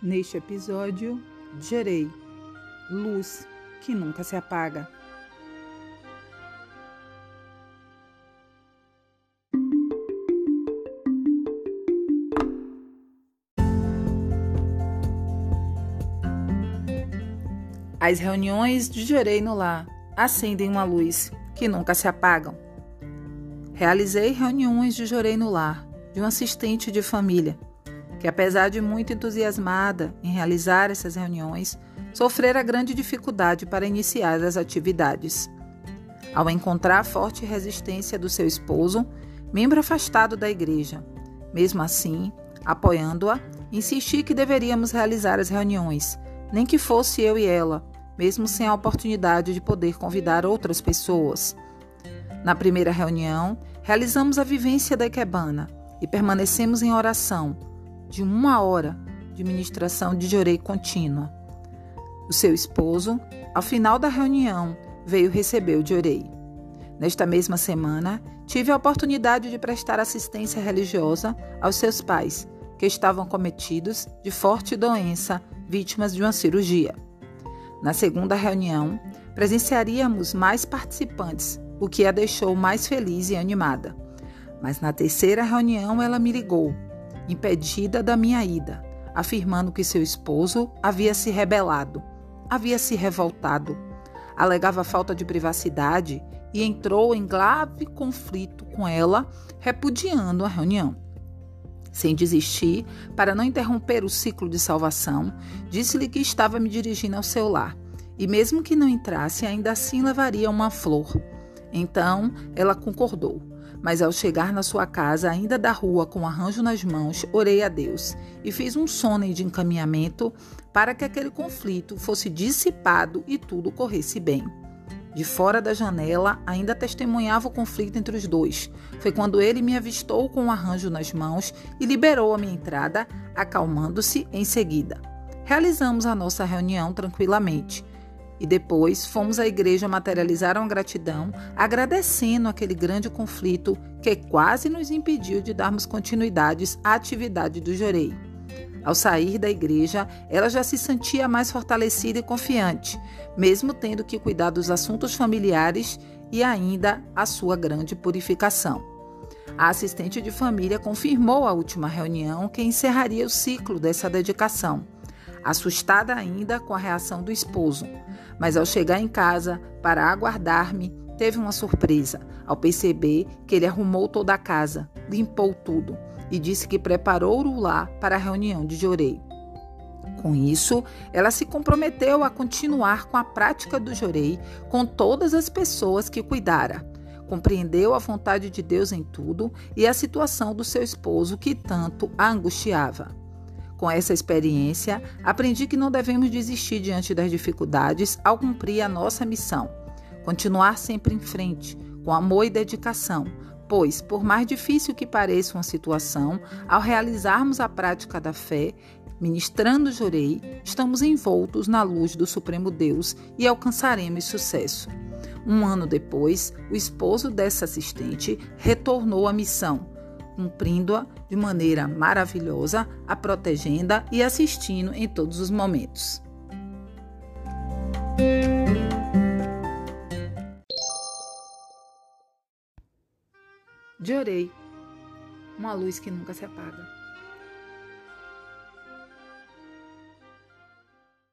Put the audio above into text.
Neste episódio, Jorei, luz que nunca se apaga. As reuniões de Jorei no lar acendem uma luz que nunca se apagam. Realizei reuniões de Jorei no lar de um assistente de família, que apesar de muito entusiasmada em realizar essas reuniões, sofrera grande dificuldade para iniciar as atividades. Ao encontrar a forte resistência do seu esposo, membro afastado da igreja, mesmo assim, apoiando-a, insisti que deveríamos realizar as reuniões, nem que fosse eu e ela, mesmo sem a oportunidade de poder convidar outras pessoas. Na primeira reunião, realizamos a vivência da Ikebana e permanecemos em oração, de 1 hora de ministração de Jorei contínua. O seu esposo, ao final da reunião, veio receber o Jorei. Nesta mesma semana, tive a oportunidade de prestar assistência religiosa aos seus pais, que estavam cometidos de forte doença, vítimas de uma cirurgia. Na segunda reunião, presenciaríamos mais participantes, o que a deixou mais feliz e animada. Mas na terceira reunião ela me ligou, impedida da minha ida, afirmando que seu esposo havia se rebelado, havia se revoltado, alegava falta de privacidade e entrou em grave conflito com ela, repudiando a reunião. Sem desistir, para não interromper o ciclo de salvação, disse-lhe que estava me dirigindo ao seu lar, e mesmo que não entrasse, ainda assim levaria uma flor. Então, ela concordou. Mas ao chegar na sua casa, ainda da rua com o arranjo nas mãos, orei a Deus e fiz um sônia de encaminhamento para que aquele conflito fosse dissipado e tudo corresse bem. De fora da janela, ainda testemunhava o conflito entre os dois. Foi quando ele me avistou com o arranjo nas mãos e liberou a minha entrada, acalmando-se em seguida. Realizamos a nossa reunião tranquilamente. E depois fomos à igreja materializar uma gratidão, agradecendo aquele grande conflito que quase nos impediu de darmos continuidades à atividade do Jorei. Ao sair da igreja, ela já se sentia mais fortalecida e confiante, mesmo tendo que cuidar dos assuntos familiares e ainda a sua grande purificação. A assistente de família confirmou à última reunião que encerraria o ciclo dessa dedicação, assustada ainda com a reação do esposo. Mas ao chegar em casa para aguardar-me, teve uma surpresa ao perceber que ele arrumou toda a casa, limpou tudo e disse que preparou o lar para a reunião de Jorei. Com isso, ela se comprometeu a continuar com a prática do Jorei com todas as pessoas que cuidara. Compreendeu a vontade de Deus em tudo e a situação do seu esposo que tanto a angustiava. Com essa experiência, aprendi que não devemos desistir diante das dificuldades ao cumprir a nossa missão. Continuar sempre em frente, com amor e dedicação, pois, por mais difícil que pareça uma situação, ao realizarmos a prática da fé, ministrando Jorei, estamos envoltos na luz do Supremo Deus e alcançaremos sucesso. 1 ano depois, o esposo dessa assistente retornou à missão, cumprindo-a de maneira maravilhosa, a protegendo-a e assistindo em todos os momentos. Jorei, uma luz que nunca se apaga.